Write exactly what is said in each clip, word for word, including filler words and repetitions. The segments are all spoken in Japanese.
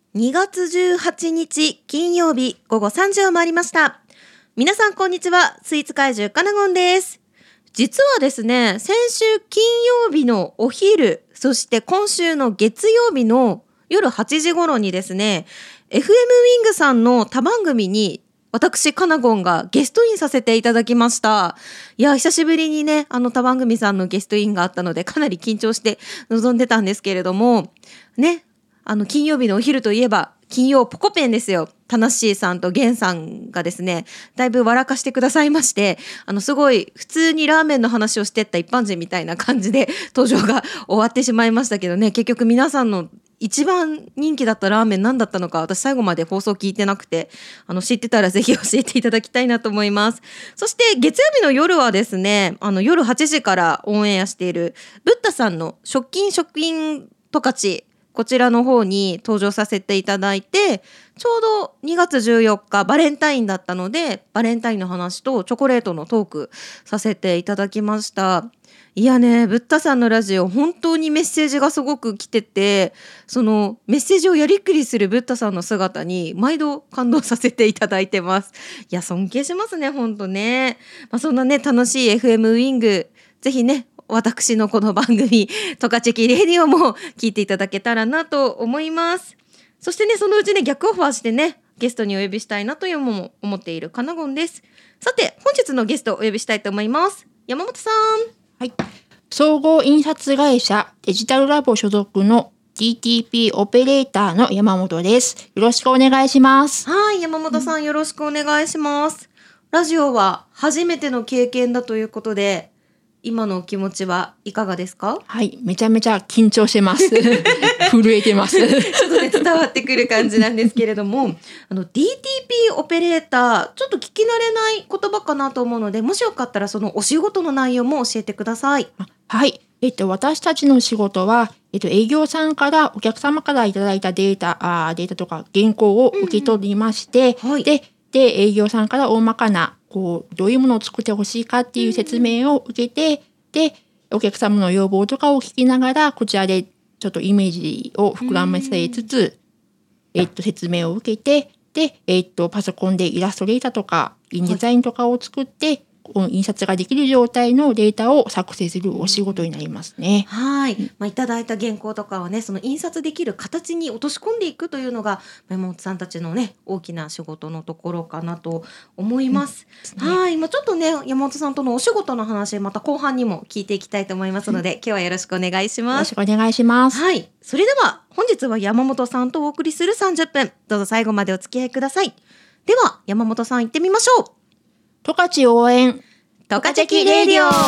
にがつじゅうはちにち金曜日午後さんじを回りました。皆さんこんにちは。スイーツ怪獣かなごんです。実はですね、先週金曜日のお昼、そして今週の月曜日の夜はちじ頃にですね、エフエム ウィングさんの他番組に私かなごんがゲストインさせていただきました。いや、久しぶりにね、あの他番組さんのゲストインがあったのでかなり緊張して臨んでたんですけれども、ね、あの金曜日のお昼といえば金曜ポコペンですよ。タナッシーさんとゲンさんがですね、だいぶ笑かしてくださいまして、あのすごい普通にラーメンの話をしてった一般人みたいな感じで登場が終わってしまいましたけどね、結局皆さんの一番人気だったラーメン何だったのか、私最後まで放送聞いてなくて、あの知ってたらぜひ教えていただきたいなと思います。そして月曜日の夜はですね、あの夜はちじからオンエアしているブッダさんの食品食品十勝、こちらの方に登場させていただいて、ちょうどにがつじゅうよっかバレンタインだったので、バレンタインの話とチョコレートのトークさせていただきました。いやね、ブッダさんのラジオ本当にメッセージがすごく来てて、そのメッセージをやりくりするブッダさんの姿に毎度感動させていただいてます。いや、尊敬しますね、本当ね。まあ、そんなね、楽しい エフエム ウィング、ぜひね、私のこの番組トカチェキレディオも聞いていただけたらなと思います。そしてね、そのうちね、逆オファーしてね、ゲストにお呼びしたいなというのも思っているかなごんです。さて、本日のゲストをお呼びしたいと思います。山本さん。 はい、総合印刷会社デジタルラボ所属の ディーティーピー オペレーターの山本です。よろしくお願いします。 はい、山本さん、よろしくお願いします。ラジオは初めての経験だということで、今のお気持ちはいかがですか？ はい、めちゃめちゃ緊張してます。震えてます。 ちょっとね、伝わってくる感じなんですけれども、あの ディーティーピー オペレーター、ちょっと聞き慣れない言葉かなと思うので、もしよかったらそのお仕事の内容も教えてください。 はい、えっと私たちの仕事は、えっと営業さんからお客様からいただいたデータ、あデータとか原稿を受け取りまして、うんうん、はい、でで営業さんから大まかなこうどういうものを作ってほしいかっていう説明を受けて、でお客様の要望とかを聞きながら、こちらでちょっとイメージを膨らませつつ、えっと説明を受けて、でえっとパソコンでイラストレーターとかインデザインとかを作って、はい、印刷ができる状態のデータを作成するお仕事になりますね。 はい、まあ、いただいた原稿とかをね、その印刷できる形に落とし込んでいくというのが山本さんたちのね、大きな仕事のところかなと思います。うん、はい、まあ、ちょっとね、山本さんとのお仕事の話、また後半にも聞いていきたいと思いますので、うん、今日はよろしくお願いします。 よろしくお願いします。 はい、それでは本日は山本さんとお送りするさんじゅっぷん、どうぞ最後までお付き合いください。では山本さん、行ってみましょう。 十勝応援トカチェキレディオ。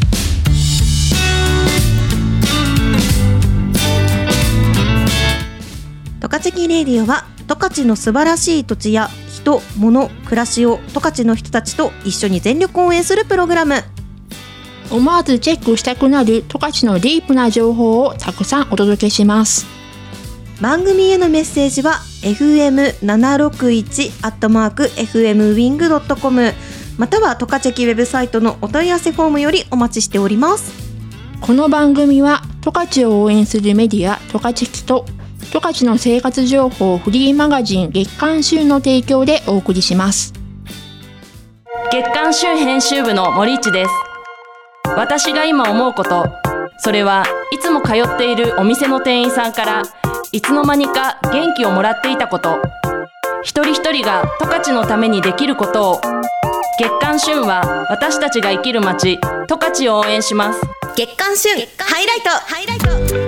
トカチェキレディオは十勝の素晴らしい土地や人、物、暮らしを十勝の人たちと一緒に全力応援するプログラム。 思わずチェックしたくなる十勝のディープな情報をたくさんお届けします。 番組へのメッセージは エフエムななろくいち アットマーク エフエムウィングドットコム またはトカチェキウェブサイトのお問い合わせフォームよりお待ちしております。 この番組は十勝を応援するメディアトカチェキと十勝の生活情報フリーマガジン月刊週の提供でお送りします。 月刊週編集部の森市です。私が今思うこと、それはいつも通っているお店の店員さんからいつの間にか元気をもらっていたこと、一人一人が十勝のためにできることを。月刊旬は私たちが生きる街十勝を応援します。 月刊旬ハイライトハイライ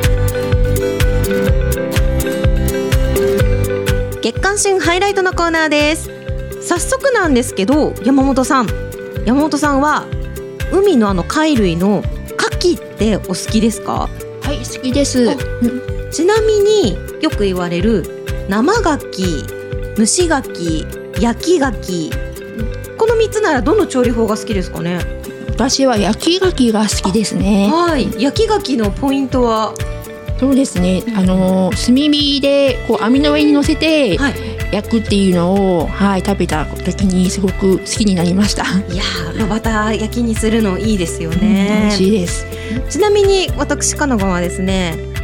ト月刊旬ハイライトのコーナーです。早速なんですけど、山本さん山本さんは海のあの貝類の牡蠣ってお好きですか？ はい、好きです。 ちなみによく言われる生牡蠣、蒸し牡蠣、焼き牡蠣、このみっつならどの調理法が好きですかね？ 私は焼き牡蠣が好きですね。 はい、焼き牡蠣のポイントは？ そうですね、あの炭火でこう網の上に乗せて焼くっていうのを、はい、食べた時にすごく好きになりました。 いやー、炉端焼きにするのいいですよね。 美味しいです。 ちなみに私かのごはですね、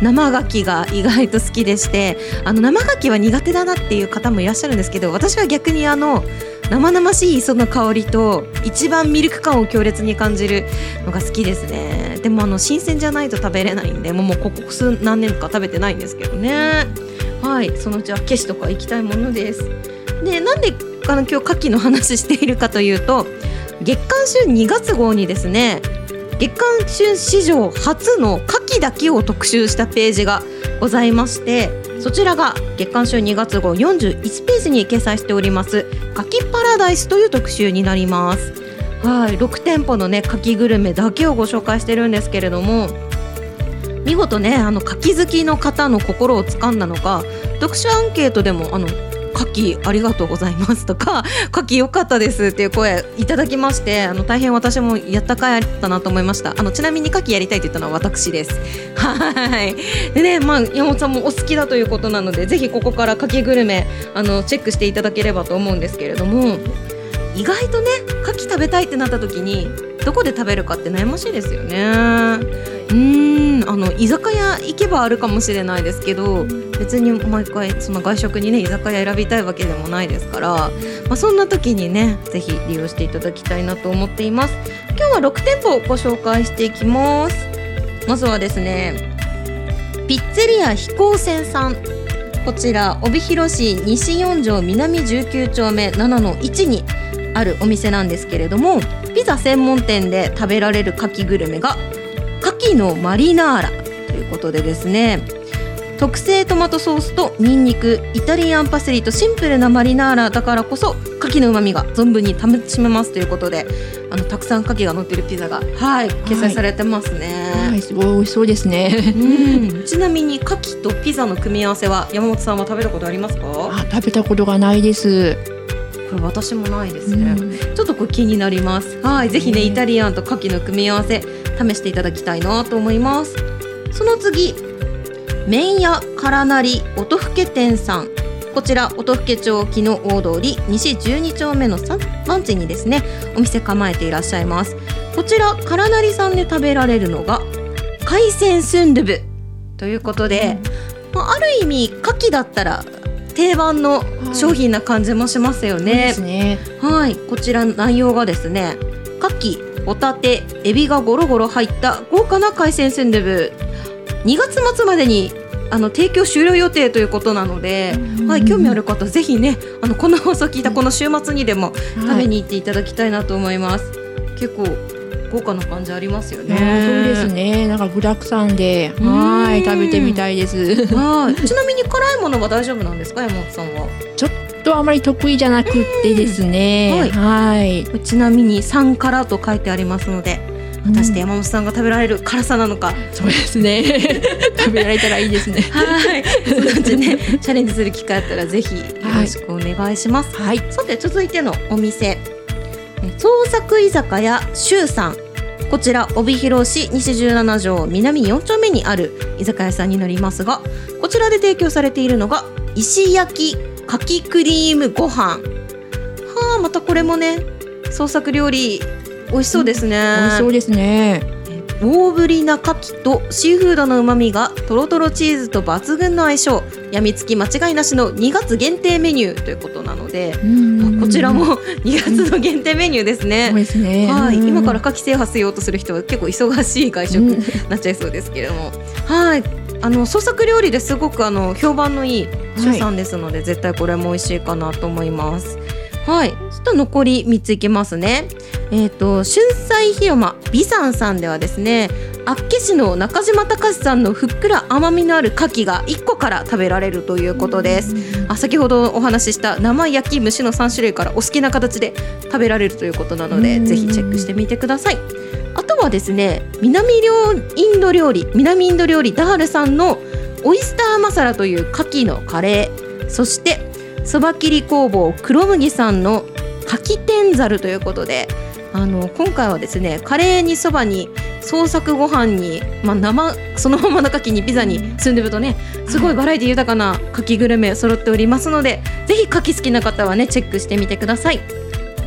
生牡蠣が意外と好きでして、あの生牡蠣は苦手だなっていう方もいらっしゃるんですけど、私は逆にあの生々しい磯の香りと一番ミルク感を強烈に感じるのが好きですね。でもあの新鮮じゃないと食べれないんで、もうここ数何年か食べてないんですけどね。はい、そのうちはケシとか行きたいものです。で、なんであの今日牡蠣の話しているかというと、月刊週にがつ号にですね、月刊週史上初の牡蠣だけを特集したページがございまして、そちらが月刊週にがつ号よんじゅういちページに掲載しております牡蠣パラダイスという特集になります。はい、ろくてんぽのね牡蠣グルメだけをご紹介してるんですけれども、見事ねあの牡蠣好きの方の心をつかんだのか、読者アンケートでもあの牡蠣ありがとうございますとか、牡蠣良かったですっていう声いただきまして、あの大変私もやった甲斐あったなと思いました。あのちなみに牡蠣やりたいと言ったのは私です。はいでね、まあ、山本さんもお好きだということなので、ぜひここから牡蠣グルメあのチェックしていただければと思うんですけれども、意外とね牡蠣食べたいってなった時にどこで食べるかって悩ましいですよね。うーんあの居酒屋行けばあるかもしれないですけど、別に毎回その外食にね居酒屋選びたいわけでもないですから、まあ、そんな時にねぜひ利用していただきたいなと思っています。今日はろくてんぽご紹介していきます。まずはですね、ピッツェリア飛行船さん、こちら帯広市西よん条南じゅうきゅう丁目ななのいちにあるお店なんですけれども、ピザ専門店で食べられる牡蠣グルメが牡蠣のマリナーラということでですね、特製トマトソースとニンニク、イタリアンパセリとシンプルなマリナーラだからこそ牡蠣の旨味が存分に楽しめますということで、あのたくさん牡蠣が乗っているピザが、はい、掲載されてますね。 はいはい、すごい美味しそうですね。 うんちなみに牡蠣とピザの組み合わせは山本さんは食べたことありますか？ あ、食べたことがないです。 これ私もないですね、うん、ちょっとこれ気になります。はい、ぜひねイタリアンと牡蠣の組み合わせ試していただきたいなと思います。その次、麺屋からなり音更店さん、こちら音更町木の大通り西じゅうに丁目のさん番地にですねお店構えていらっしゃいます。こちらからなりさんで食べられるのが海鮮スンドゥブということで、うん、まあ、ある意味牡蠣だったら定番の商品な感じもしますよね。はい、そうですね。はい、こちら内容がですね、牡蠣、ホタテ、エビがゴロゴロ入った豪華な海鮮スンドゥブ、にがつ末までにあの提供終了予定ということなので、はい、興味ある方ぜひねあのこの放送聞いたこの週末にでも食べに行っていただきたいなと思います。はい、結構豪華な感じありますよね。 そうですね、なんか具沢山で、はい、食べてみたいです。 はい、ちなみに辛いものは大丈夫なんですか、山本さんは？ ちょっとあまり得意じゃなくてですね、はい、はい、 ちなみにさん辛と書いてありますので、果たして山本さんが食べられる辛さなのか、うん、 そうですね食べられたらいいですね。 はい、そのうちねチャレンジする機会あったらぜひよろしくお願いします。はい、さて続いてのお店、創作居酒屋周さん、こちら帯広市西じゅうなな条南よん丁目にある居酒屋さんになりますが、こちらで提供されているのが石焼きかきクリームご飯。はあ、またこれもね創作料理美味しそうですね。 美味しそうですね。 大ぶりな牡蠣とシーフードのうまみがとろとろチーズと抜群の相性、やみつき間違いなしのにがつ限定メニューということなので、こちらもにがつの限定メニューですね。 そうですね。 はい、今から牡蠣制覇しようとする人は結構忙しい外食になっちゃいそうですけれども、はい、あの創作料理ですごくあの評判のいい周さんですので、はい、絶対これも美味しいかなと思います。はい、そしたら残りみっついきますね。えーと、春菜広間美山さんではですね、厚岸の中島隆さんのふっくら甘みのある牡蠣がいっこから食べられるということです。あ、先ほどお話しした生焼き蒸しのさん種類からお好きな形で食べられるということなので、ぜひチェックしてみてください。あとはですね、南インド料理南インド料理ダールさんのオイスターマサラという牡蠣のカレー、そしてそば切り工房黒麦さんの牡蠣天ざるということで、あの今回はですね、カレーにそばに創作ご飯に、まあ、生そのままの牡蠣にピザにスンドゥブとね、すごいバラエティ豊かな牡蠣グルメ揃っておりますので、ぜひ牡蠣好きな方はねチェックしてみてください。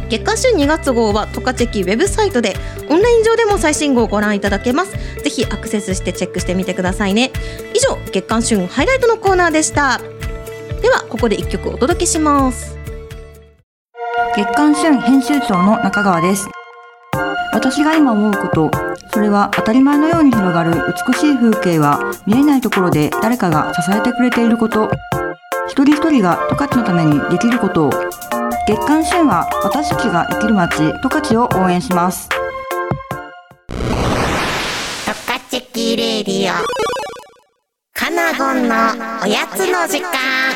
月刊週にがつ号はトカチェキウェブサイトでオンライン上でも最新号をご覧いただけます。ぜひアクセスしてチェックしてみてくださいね。以上、月刊週ハイライトのコーナーでした。ではここでいっきょくお届けします。 月刊旬編集長の中川です。私が今思うこと、それは当たり前のように広がる美しい風景は見えないところで誰かが支えてくれていること、一人一人が十勝のためにできることを。月刊旬は私たちが生きる街十勝を応援します。 トカチェキレディオカナゴンのおやつの時間。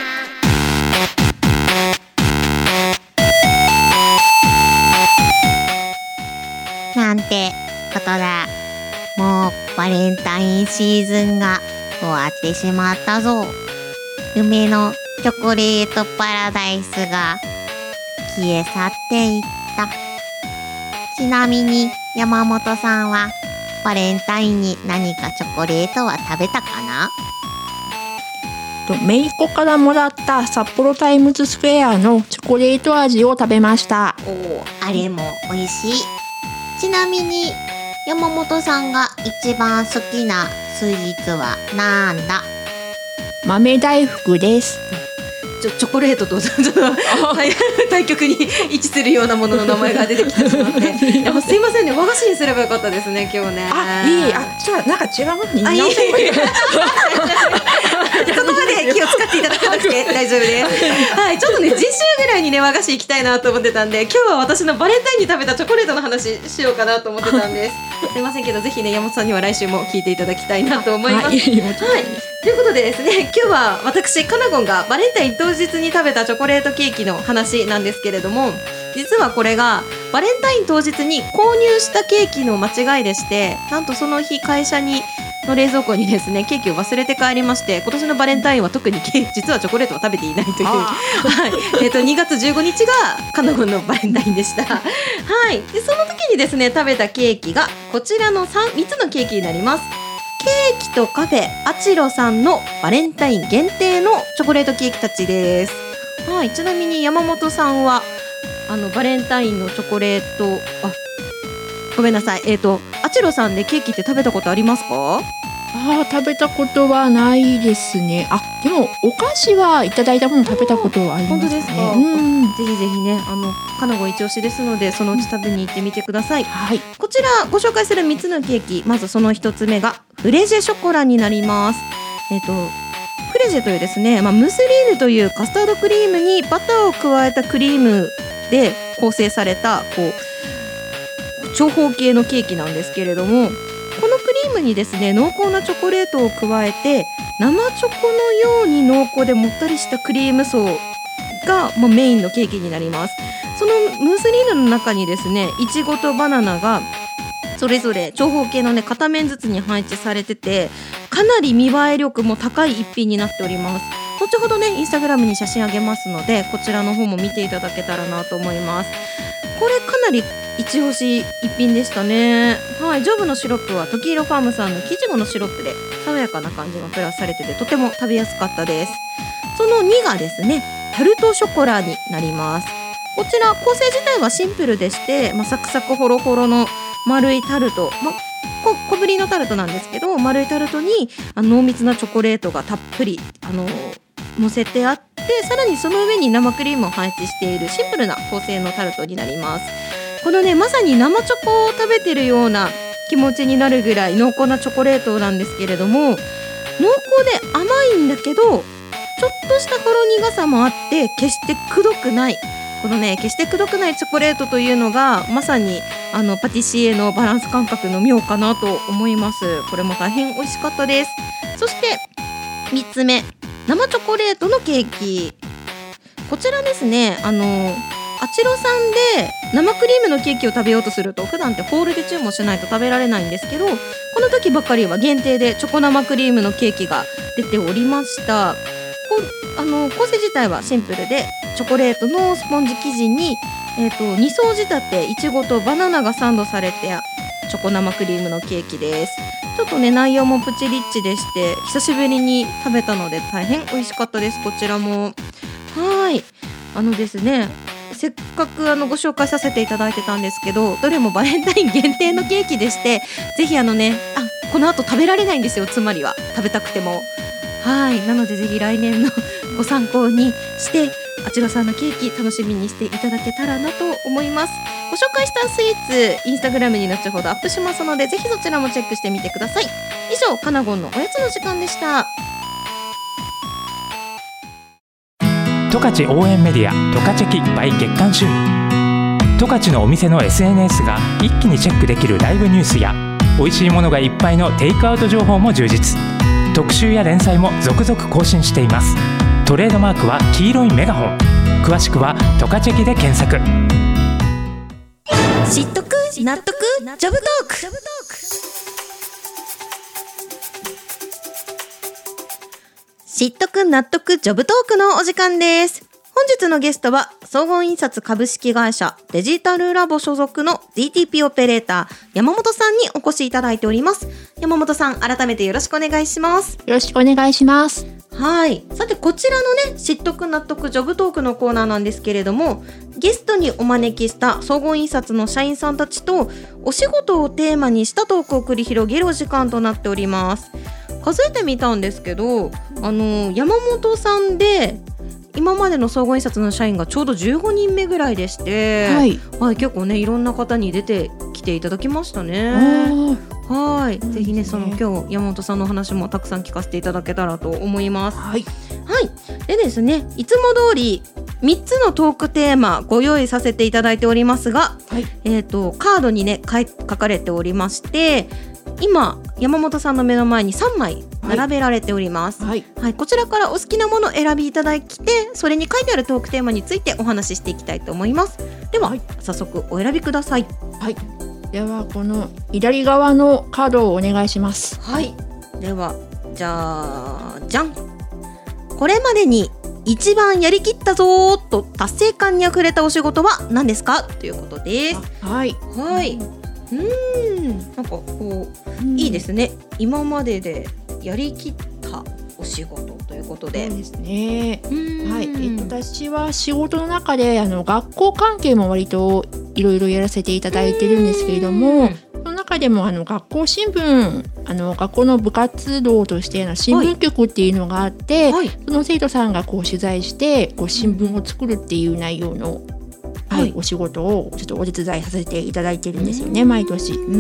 なんてことだ。もうバレンタインシーズンが終わってしまったぞ。夢のチョコレートパラダイスが消え去っていった。ちなみに山本さんはバレンタインに何かチョコレートは食べたかな？ めいっ子からもらった札幌タイムズスクエアのチョコレート味を食べました。 おー、あれも美味しい。ちなみに山本さんが一番好きなスイーツはなんだ？ 豆大福です。 ちょチョコレートとちょっと対極に位置するようなものの名前が出てきてしまっていやすいませんね、和菓子にすればよかったですね今日ね。 あ、いい、あ、じゃあなんか違うものに直せばいい。 そこまで気を使っていただかなくて大丈夫です。はい、ちょっとね次週ぐらいにね和菓子行きたいなと思ってたんで、今日は私のバレンタインに食べたチョコレートの話しようかなと思ってたんです。すいませんけどぜひね山本さんには来週も聞いていただきたいなと思います。はい、はい、ということでですね、今日は私カナゴンがバレンタイン当日に食べたチョコレートケーキの話なんですけれども、実はこれがバレンタイン当日に購入したケーキの間違いでして、なんとその日会社にの冷蔵庫にですねケーキを忘れて帰りまして、今年のバレンタインは特にケーキ実はチョコレートは食べていないというはい、えーとにがつじゅうごにちがカナゴンのバレンタインでした。はい、でその時にですね食べたケーキがこちらの 3, 3つのケーキになります。ケーキとカフェアチロさんのバレンタイン限定のチョコレートケーキたちです。はい、ちなみに山本さんはあのバレンタインのチョコレート、あ、ごめんなさい、えーとアチロさんでケーキって食べたことありますか？ あー、食べたことはないですね。あ、でもお菓子はいただいたもの食べたことはありますね。 本当ですか？うん、ぜひぜひね、あのカナゴン一押しですのでそのうち食べに行ってみてください。 はい、 こちらご紹介するみっつのケーキ、まずそのひとつめがフレジェショコラになります。えっとフレジェというですね、まあ、ムスリーヌというカスタードクリームにバターを加えたクリームで構成されたこう長方形のケーキなんですけれども、このクリームにですね濃厚なチョコレートを加えて生チョコのように濃厚でもったりしたクリーム層が、まあ、メインのケーキになります。そのムスリーヌの中にですねいちごとバナナがそれぞれ長方形のね片面ずつに配置されてて、かなり見栄え力も高い一品になっております。後ほどねインスタグラムに写真あげますのでこちらの方も見ていただけたらなと思います。これかなり一押し一品でしたね。はい、上部のシロップは時色ファームさんの生地のシロップで爽やかな感じがプラスされててとても食べやすかったです。そのにがですねタルトショコラになります。こちら構成自体はシンプルでして、まあ、サクサクホロホロの丸いタルト、まあ、こ小ぶりのタルトなんですけど丸いタルトにあの濃密なチョコレートがたっぷりあの乗せてあって、さらにその上に生クリームを配置しているシンプルな構成のタルトになります。このねまさに生チョコを食べてるような気持ちになるぐらい濃厚なチョコレートなんですけれども、濃厚で甘いんだけどちょっとしたほろ苦さもあって決してくどくない、このね決してくどくないチョコレートというのがまさにあのパティシエのバランス感覚の妙かなと思います。これも大変美味しかったです。そしてみっつめ、生チョコレートのケーキ。こちらですね、あのあちろさんで生クリームのケーキを食べようとすると普段ってホールで注文しないと食べられないんですけど、この時ばかりは限定でチョコ生クリームのケーキが出ておりました。こあの構成自体はシンプルでチョコレートのスポンジ生地に、えー、とに層仕立ていちごとバナナがサンドされてチョコ生クリームのケーキです。ちょっとね内容もプチリッチでして久しぶりに食べたので大変美味しかったです。こちらもはいあのですねせっかくあのご紹介させていただいてたんですけど、どれもバレンタイン限定のケーキでして、ぜひあのね、あ、この後食べられないんですよ、つまりは食べたくても。はい、なのでぜひ来年のご参考にしてあちらさんのケーキ楽しみにしていただけたらなと思います。ご紹介したスイーツインスタグラムに後ほどアップしますので、ぜひそちらもチェックしてみてください。以上、カナゴンのおやつの時間でした。 十勝応援メディア十勝チェキ by 月刊旬。十勝のお店の エスエヌエス が一気にチェックできるライブニュースや美味しいものがいっぱいのテイクアウト情報も充実。特集や連載も続々更新しています。トレードマークは黄色いメガホン。詳しくは十勝チェキで検索。 知っとく納得ジョブトーク。知っとく納得ジョブトークのお時間です。本日のゲストは総合印刷株式会社デジタルラボ所属の ディーティーピー オペレーター山本さんにお越しいただいております。山本さん、改めてよろしくお願いします。 よろしくお願いします。 はい、さてこちらのね、知っとく納得ジョブトークのコーナーなんですけれども、ゲストにお招きした総合印刷の社員さんたちとお仕事をテーマにしたトークを繰り広げるお時間となっております。数えてみたんですけど、あの山本さんで今までの総合印刷の社員がちょうどじゅうごにんめぐらいでして、はいはい、結構ねいろんな方に出てきていただきましたね。はい、うん、ぜひねその今日山本さんの話もたくさん聞かせていただけたらと思います。はい、はい、でですね、いつも通りみっつのトークテーマご用意させていただいておりますが、はい、えーとカードにね書かれておりまして、今山本さんの目の前にさんまい並べられております。はいはい、こちらからお好きなものを選びいただきて、それに書いてあるトークテーマについてお話ししていきたいと思います。では、はい、早速お選びください。 はい、ではこの左側のカードをお願いします。 はい、ではじゃあじゃん。これまでに一番やりきったぞーと達成感にあふれたお仕事は何ですかということです。 はいはい、うーん、なんかこういいですね。今まででやりきったお仕事ということで。 そうですね。はい、えっと、私は仕事の中であの学校関係も割といろいろやらせていただいてるんですけれども、その中でもあの学校新聞、あの学校の部活動としての新聞局っていうのがあって、はい、その生徒さんがこう取材してこう新聞を作るっていう内容の、はいはい、お仕事をちょっとお手伝いさせていただいてるんですよね、毎年。うん、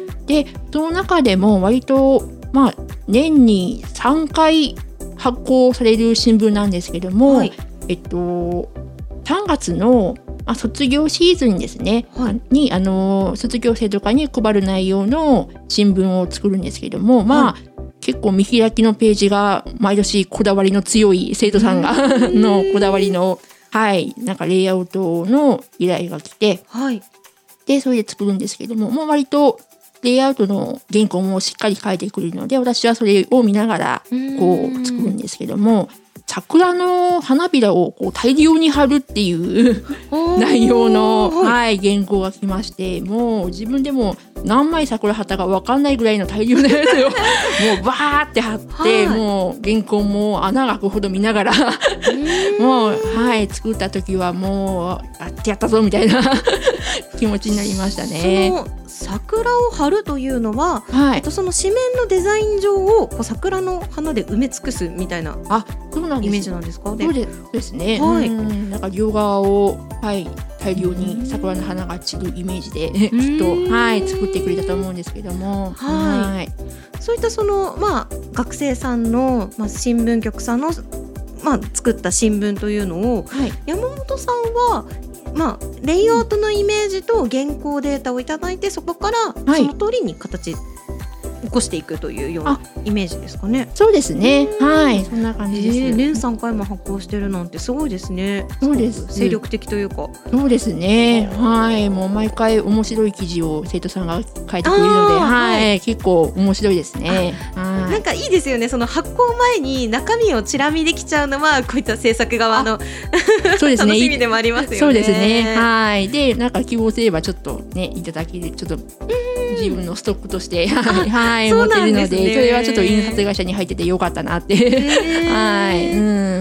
でその中でも割とまあ年にさんかい発行される新聞なんですけども、はい、えっとさんがつのまあ、卒業シーズンですね、はい、にあの卒業生とかに配る内容の新聞を作るんですけども、まあ、はい、結構見開きのページが毎年こだわりの強い生徒さんがのこだわりの、はい、なんかレイアウトの依頼が来て、はい、でそれで作るんですけども、もう割とレイアウトの原稿もしっかり書いてくれるので、私はそれを見ながらこう作るんですけども、桜の花びらをこう大量に貼るっていう内容の、はい、原稿が来まして、もう自分でも何枚桜貼ったか分かんないぐらいの大量なやつをもうバーって貼って、はい、もう原稿も穴が開くほど見ながらもう、はい、作った時はもうやってやったぞみたいな気持ちになりましたね。 その桜を貼るというのは、はい、その紙面のデザイン上をこう桜の花で埋め尽くすみたいなあそうなんですイメージなんですか？ そうですね、はい、うんなんか両側を、はい、大量に桜の花が散るイメージできっと、はい、作ってくれたと思うんですけども、はい、はい、 そういったその、まあ、学生さんの、まあ、新聞局さんの、まあ、作った新聞というのを、はい、山本さんはまあ、レイアウトのイメージと原稿データをいただいて、そこからその通りに形起こしていくというようなイメージですかね。 そうですね、はい、そんな感じです。 えー、年さんかいも発行してるなんてすごいですね。 そうです、 精力的というか。 そうですね、はい、もう毎回面白い記事を生徒さんが書いてくれるので、はい、はい、結構面白いですね。はい、 なんかいいですよね。その発行前に中身をチラ見できちゃうのはこういった制作側のそうです、ね、楽しみでもありますよね。 そうですね、はい、でなんか希望すればちょっとねいただけるちょっと自分のストックとしてはい、持ってるので、それはちょっと印刷会社に入っててよかったなってはい、うん、 こ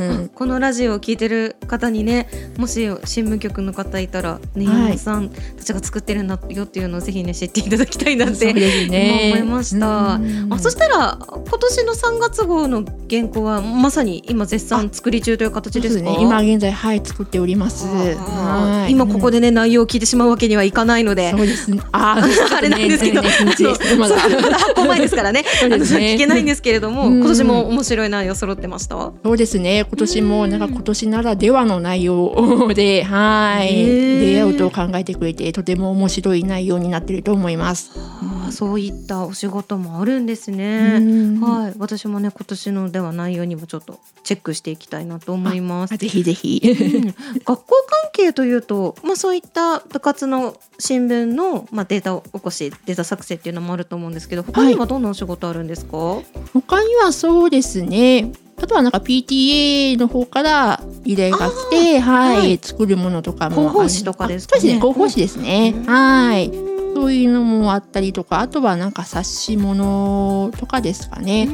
このラジオを聞いてる方にね、もし新聞局の方いたらね、山本さんたちが作ってるんだよっていうのをぜひね知っていただきたいなってそうですね、 思いました。あ、そしたら今年のさんがつ号の原稿はまさに今絶賛作り中という形ですか？ そうですね、今現在はい作っております。はい、 今ここでね、うん、内容を聞いてしまうわけにはいかないので、 そうですね、ああれなんですけど、まだ発行前ですからね、あの聞けないんですけれども、今年も面白い内容揃ってました。 そうですね、今年もなんか今年ならではの内容で、はい、レイアウトを考えてくれてとても面白い内容になっていると思います。 はあ、そういったお仕事もあるんですね。はい、私もね今年のでは内容にもちょっとチェックしていきたいなと思います。 ぜひぜひ、 うん、学校関係というと、まあ、そういった部活の新聞の、まあ、データ起こしデータ作成っていうのもあると思うんですけど、他にはどんなお仕事あるんですか？はい、 他にはそうですね、あとはなんか ピーティーエー の方から依頼が来て、はい、はい、作るものとかも、 広報誌とかですかね。 そうですね、広報誌ですね、うん、はい、そういうのもあったりとか、あとはなんか冊子物とかですかね。うん、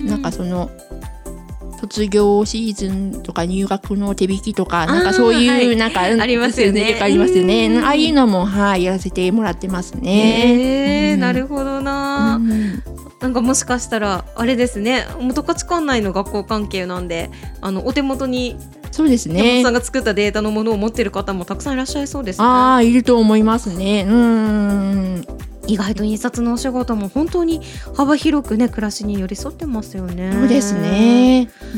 なんかその卒業シーズンとか入学の手引きとか、なんかそういう、はい、なんかありますよね。 ありますよね。ああいうのも、はい、やらせてもらってますね。 えーうん、なるほどな、うん。なんかもしかしたらあれですね、十勝管内の学校関係なんで、あのお手元にそうですね、 山本さんが作ったデータのものを持っている方もたくさんいらっしゃいそうですね。 ああ、いると思いますね。うん、 意外と印刷のお仕事も本当に幅広くね暮らしに寄り添ってますよね。 そうですね。 うん、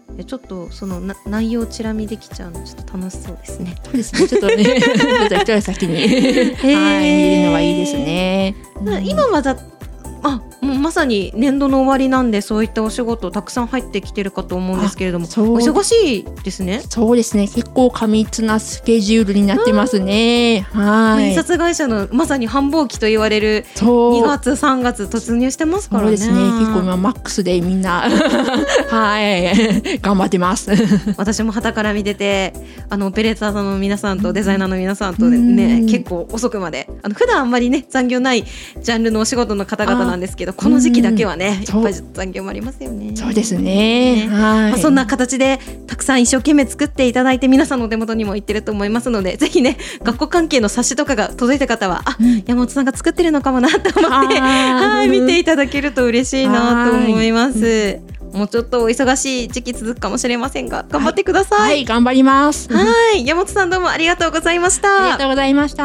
ちょっとそのな内容チラ見できちゃうのちょっと楽しそうですね。 そうですね。ちょっとね、ちょっと一人先にはい見るのはいいですね。 うん、今はだあもうまさに年度の終わりなんで、そういったお仕事たくさん入ってきてるかと思うんですけれども、お忙しいですね。 そうですね、結構過密なスケジュールになってますね。はい、 印刷会社のまさに繁忙期と言われるにがつさんがつ突入してますからね。 そうですね、結構今マックスでみんなはい頑張ってます私も傍から見てて、あのオペレーターの皆さんとデザイナーの皆さんとね、結構遅くまで、あの普段あんまりね残業ないジャンルのお仕事の方々なんですけど、この時期だけはね、いっぱい残業もありますよね。 そうですね。 ね、はい、まあ、そんな形でたくさん一生懸命作っていただいて、皆さんのお手元にも行ってると思いますので、ぜひね学校関係の冊子とかが届いた方は、あ、うん、山本さんが作ってるのかもなと思ってはい見ていただけると嬉しいなと思います。もうちょっとお忙しい時期続くかもしれませんが、頑張ってください。はい、 はい、頑張ります。 はい、山本さんどうもありがとうございました。 ありがとうございました。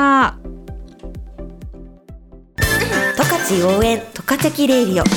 十勝応援十勝キレイディオ。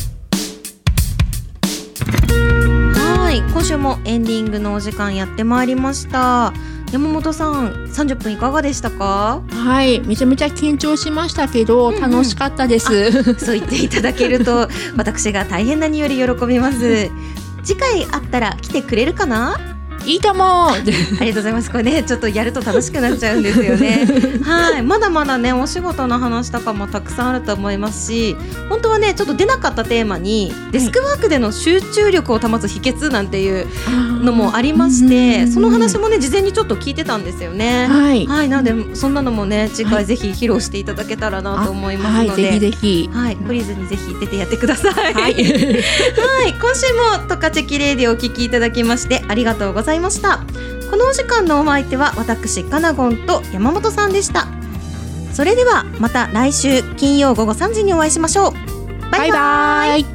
はい、今週もエンディングのお時間やってまいりました。山本さん、さんじゅっぷんいかがでしたか？ はい、めちゃめちゃ緊張しましたけど、うんうん、楽しかったです。 そう言っていただけると私が大変なにより喜びます。次回あったら来てくれるかな？ いいと思う。ありがとうございます。これねちょっとやると楽しくなっちゃうんですよね。はい、まだまだねお仕事の話とかもたくさんあると思いますし、本当はねちょっと出なかったテーマにデスクワークでの集中力を保つ秘訣なんていうのもありまして、その話もね事前にちょっと聞いてたんですよね。はい、はい、なのでそんなのもね次回ぜひ披露していただけたらなと思いますので、 はい、ぜひぜひ、 はい、懲りずにぜひ出てやってください。はい、はい、今週も十勝キレイディオお聞きいただきましてありがとうございました。このお時間のお相手は私かなごんと山本さんでした。それではまた来週金曜午後さんじにお会いしましょう。バイバイ。バイバイ。